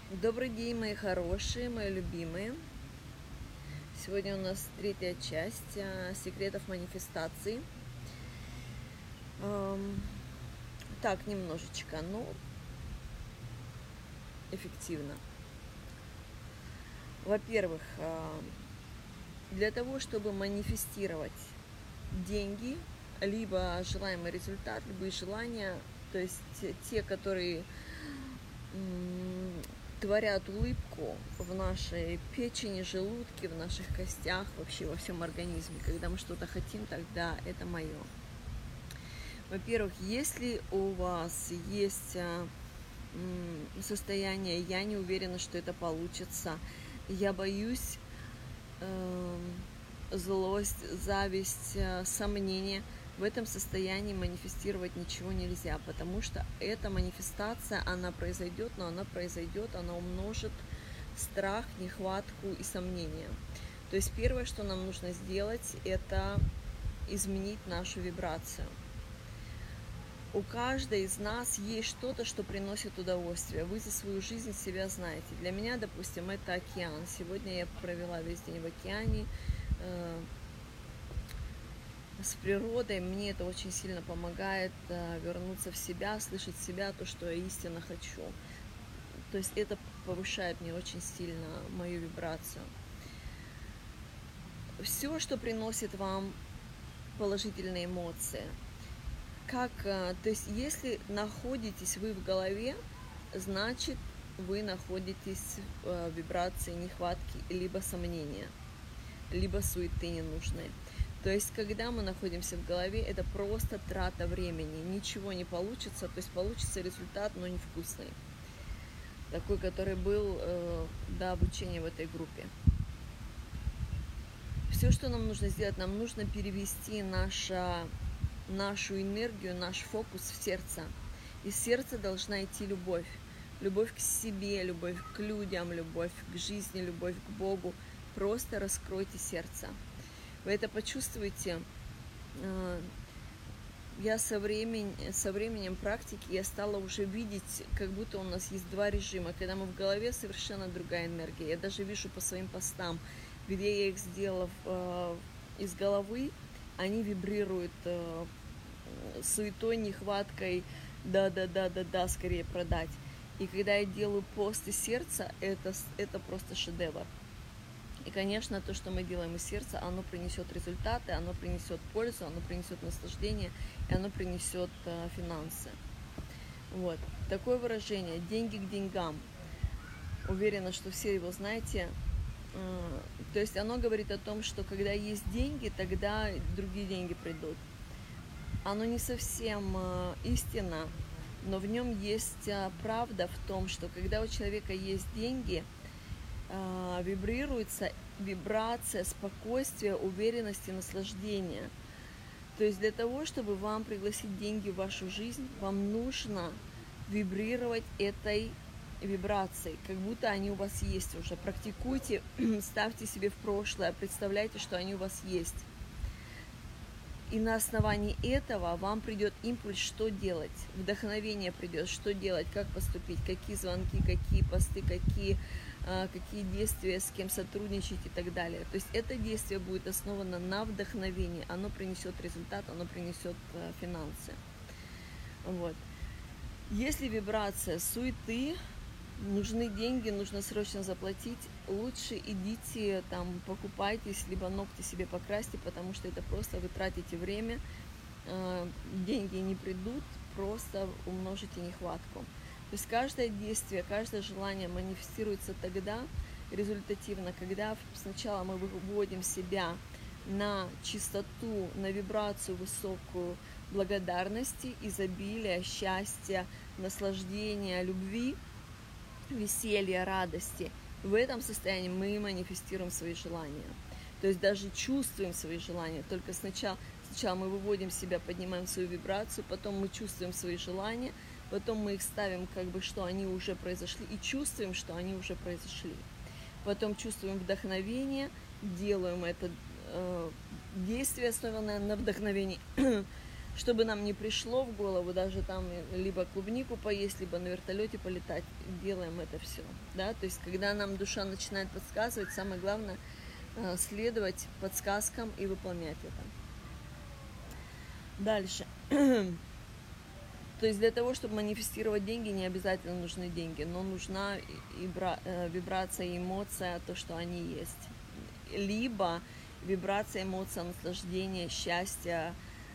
Добрый день, мои хорошие, мои любимые. Сегодня у нас третья часть секретов манифестации. Так, немножечко, но эффективно. Во-первых, для того, чтобы манифестировать деньги, либо желаемый результат, любые желания, то есть те, которые творят улыбку в нашей печени, желудке, в наших костях, вообще во всем организме. Когда мы что-то хотим, тогда это мое. Во-первых, если у вас есть состояние «я не уверена, что это получится», «я боюсь», злость, зависть, сомнения, в этом состоянии манифестировать ничего нельзя, потому что эта манифестация, она произойдет, но она умножит страх, нехватку и сомнения. То есть первое, что нам нужно сделать, это изменить нашу вибрацию. У каждой из нас есть что-то, что приносит удовольствие. Вы за свою жизнь себя знаете. Для меня, допустим, это океан. Сегодня я провела весь день в океане, с природой. Мне это очень сильно помогает вернуться в себя, слышать себя, то, что я истинно хочу. То есть это повышает мне очень сильно мою вибрацию. Все, что приносит вам положительные эмоции. То есть если находитесь вы в голове, значит вы находитесь в вибрации нехватки, либо сомнения, либо суеты ненужной. То есть, когда мы находимся в голове, это просто трата времени, ничего не получится, то есть получится результат, но невкусный. Такой, который был до обучения в этой группе. Все, что нам нужно сделать, нам нужно перевести нашу энергию, наш фокус в сердце. Из сердца должна идти любовь. Любовь к себе, любовь к людям, любовь к жизни, любовь к Богу. Просто раскройте сердце. Вы это почувствуете. Я со временем практики я стала уже видеть, как будто у нас есть два режима. Когда мы в голове, совершенно другая энергия. Я даже вижу по своим постам, где я их сделала из головы, они вибрируют суетой, нехваткой, да, скорее продать. И когда я делаю пост из сердца, это просто шедевр. И, конечно, то, что мы делаем из сердца, оно принесет результаты, оно принесет пользу, оно принесет наслаждение, и оно принесет финансы. Вот. Такое выражение «деньги к деньгам». Уверена, что все его знаете. То есть оно говорит о том, что когда есть деньги, тогда другие деньги придут. Оно не совсем истина, но в нем есть правда в том, что когда у человека есть деньги, вибрируется вибрация спокойствия, уверенности, наслаждения. То есть для того, чтобы вам пригласить деньги в вашу жизнь, вам нужно вибрировать этой вибрацией, как будто они у вас есть уже. Практикуйте, ставьте себе в прошлое, представляйте, что они у вас есть. И на основании этого вам придет импульс, что делать. Вдохновение придет, что делать, как поступить, какие звонки, какие посты, какие действия, с кем сотрудничать и так далее. То есть это действие будет основано на вдохновении. Оно принесет результат, оно принесет финансы. Вот. Если вибрация суеты, нужны деньги, нужно срочно заплатить, лучше идите там, покупайтесь, либо ногти себе покрасьте, потому что это просто вы тратите время, деньги не придут, просто умножите нехватку. То есть каждое действие, каждое желание манифестируется тогда результативно, когда сначала мы выводим себя на чистоту, на вибрацию высокую благодарности, изобилия, счастья, наслаждения, любви, веселья, радости. В этом состоянии мы манифестируем свои желания. То есть даже чувствуем свои желания. Только сначала мы выводим себя, поднимаем свою вибрацию, потом мы чувствуем свои желания, потом мы их ставим, как бы, что они уже произошли, и чувствуем, что они уже произошли. Потом чувствуем вдохновение, делаем это действие, основанное на вдохновении. чтобы нам не пришло в голову, даже там либо клубнику поесть, либо на вертолете полетать, делаем это все, да, то есть когда нам душа начинает подсказывать, самое главное следовать подсказкам и выполнять это. Дальше. То есть для того, чтобы манифестировать деньги, не обязательно нужны деньги, но нужна вибрация и эмоция, то, что они есть. Либо вибрация, эмоция, наслаждение, счастье.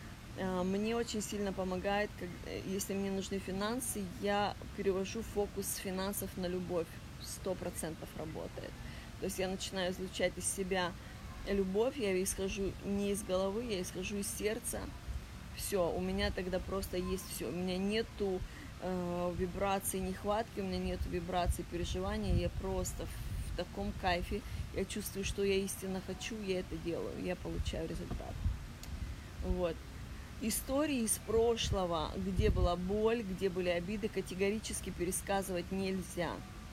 Мне очень сильно помогает, если мне нужны финансы, я перевожу фокус с финансов на любовь. 100% работает. То есть я начинаю излучать из себя любовь, я исхожу не из головы, я исхожу из сердца. Все, у меня тогда просто есть все. У меня нету вибраций нехватки, у меня нету вибраций переживания, я просто в таком кайфе. Я чувствую, что я истинно хочу, я это делаю, я получаю результат. Вот. Истории из прошлого, где была боль, где были обиды, категорически пересказывать нельзя.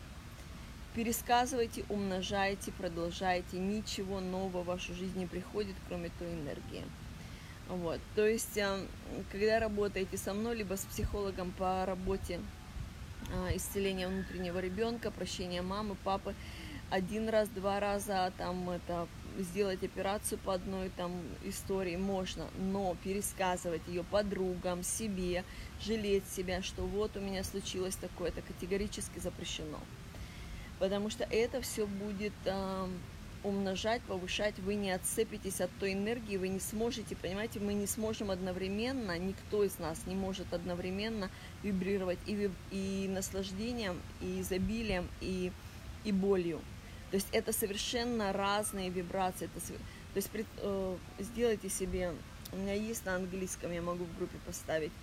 Пересказывайте, умножайте, продолжайте. Ничего нового в вашу жизнь не приходит, кроме той энергии. Вот. То есть, когда работаете со мной, либо с психологом по работе исцеления внутреннего ребенка, прощения мамы, папы, 1 раз, 2 раза там это сделать операцию по одной там истории можно, но пересказывать ее подругам, себе, жалеть себя, что вот у меня случилось такое, это категорически запрещено. Потому что это все будет умножать, повышать, вы не отцепитесь от той энергии, вы не сможете, понимаете, мы не сможем одновременно, никто из нас не может одновременно вибрировать и наслаждением, и изобилием, и болью. То есть это совершенно разные вибрации. То есть сделайте себе, у меня есть на английском, я могу в группе поставить,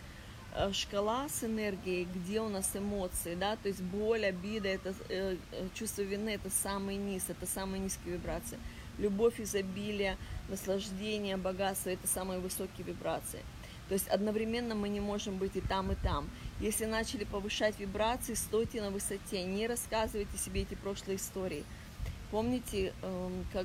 шкала с энергией, где у нас эмоции, да, то есть боль, обида, это чувство вины, это самый низ, это самые низкие вибрации. Любовь, изобилие, наслаждение, богатство, это самые высокие вибрации. То есть одновременно мы не можем быть и там, и там. Если начали повышать вибрации, стойте на высоте, не рассказывайте себе эти прошлые истории. Помните, как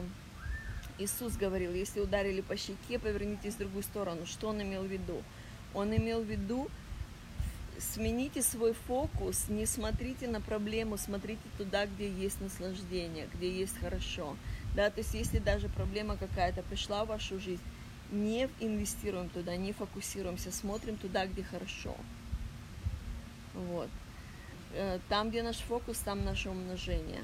Иисус говорил, если ударили по щеке, повернитесь в другую сторону. Что Он имел в виду? Он имел в виду, смените свой фокус, не смотрите на проблему, смотрите туда, где есть наслаждение, где есть хорошо. Да, то есть если даже проблема какая-то пришла в вашу жизнь, не инвестируем туда, не фокусируемся, смотрим туда, где хорошо. Вот. Там, где наш фокус, там наше умножение.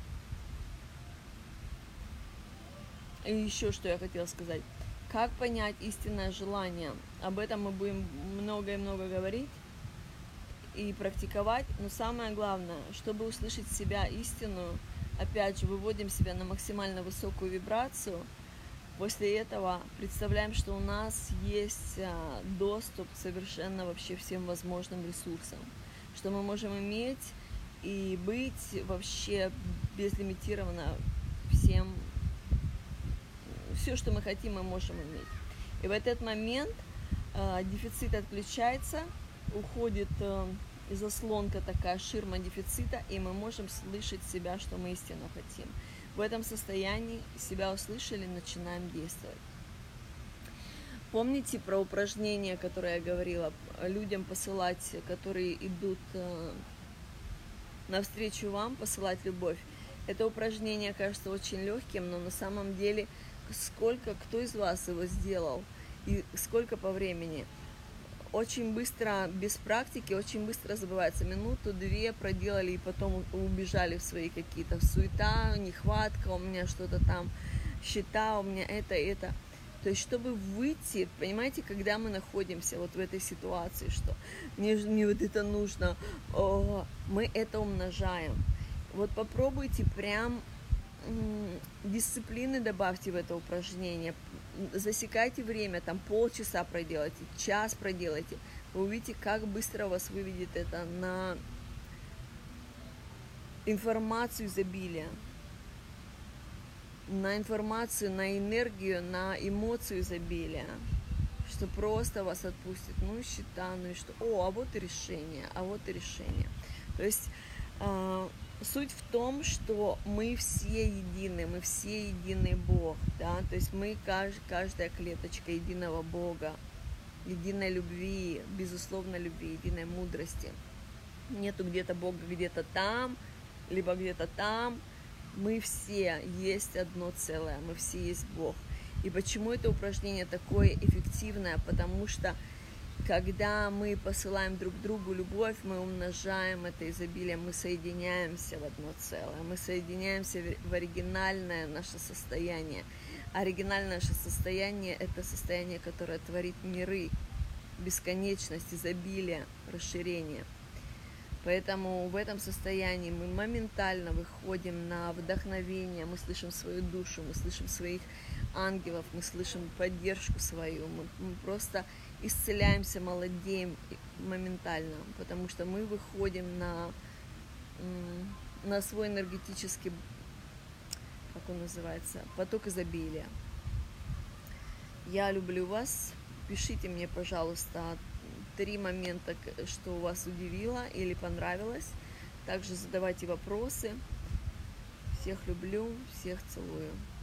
И еще что я хотела сказать. Как понять истинное желание? Об этом мы будем много и много говорить и практиковать. Но самое главное, чтобы услышать себя истинную, опять же, выводим себя на максимально высокую вибрацию. После этого представляем, что у нас есть доступ к совершенно вообще всем возможным ресурсам. Что мы можем иметь и быть вообще безлимитированно всем. Все, что мы хотим, мы можем иметь. И в этот момент дефицит отключается, уходит заслонка такая, ширма дефицита, и мы можем слышать себя, что мы истинно хотим. В этом состоянии себя услышали, начинаем действовать. Помните про упражнение, которое я говорила, людям посылать, которые идут навстречу вам, посылать любовь. Это упражнение кажется очень легким, но на самом деле кто из вас его сделал и сколько по времени. Очень быстро, без практики, очень быстро забывается. Минуту-две проделали и потом убежали в свои какие-то суета, нехватка, у меня что-то там, счета, у меня это. То есть, чтобы выйти, понимаете, когда мы находимся вот в этой ситуации, что мне вот это нужно, мы это умножаем. Вот попробуйте прям дисциплины добавьте в это упражнение, засекайте время, там полчаса проделайте, час проделайте, вы увидите, как быстро вас выведет это на информацию изобилия, на информацию, на энергию, на эмоцию изобилия, что просто вас отпустит, счета, и что, а вот и решение, То есть суть в том, что мы все едины, мы все единый Бог, да, то есть мы, каждая клеточка единого Бога, единой любви, безусловной любви, единой мудрости. Нету где-то Бога где-то там, либо где-то там. Мы все есть одно целое, мы все есть Бог. И почему это упражнение такое эффективное? Потому что когда мы посылаем друг другу любовь, мы умножаем это изобилие, мы соединяемся в одно целое, мы соединяемся в оригинальное наше состояние. Оригинальное наше состояние – это состояние, которое творит миры, бесконечность, изобилие, расширение. Поэтому в этом состоянии мы моментально выходим на вдохновение, мы слышим свою душу, мы слышим своих ангелов, мы слышим поддержку свою, мы просто исцеляемся, молодеем моментально, потому что мы выходим на свой энергетический, как он называется, поток изобилия. Я люблю вас. Пишите мне, пожалуйста, 3 момента, что вас удивило или понравилось. Также задавайте вопросы. Всех люблю, всех целую.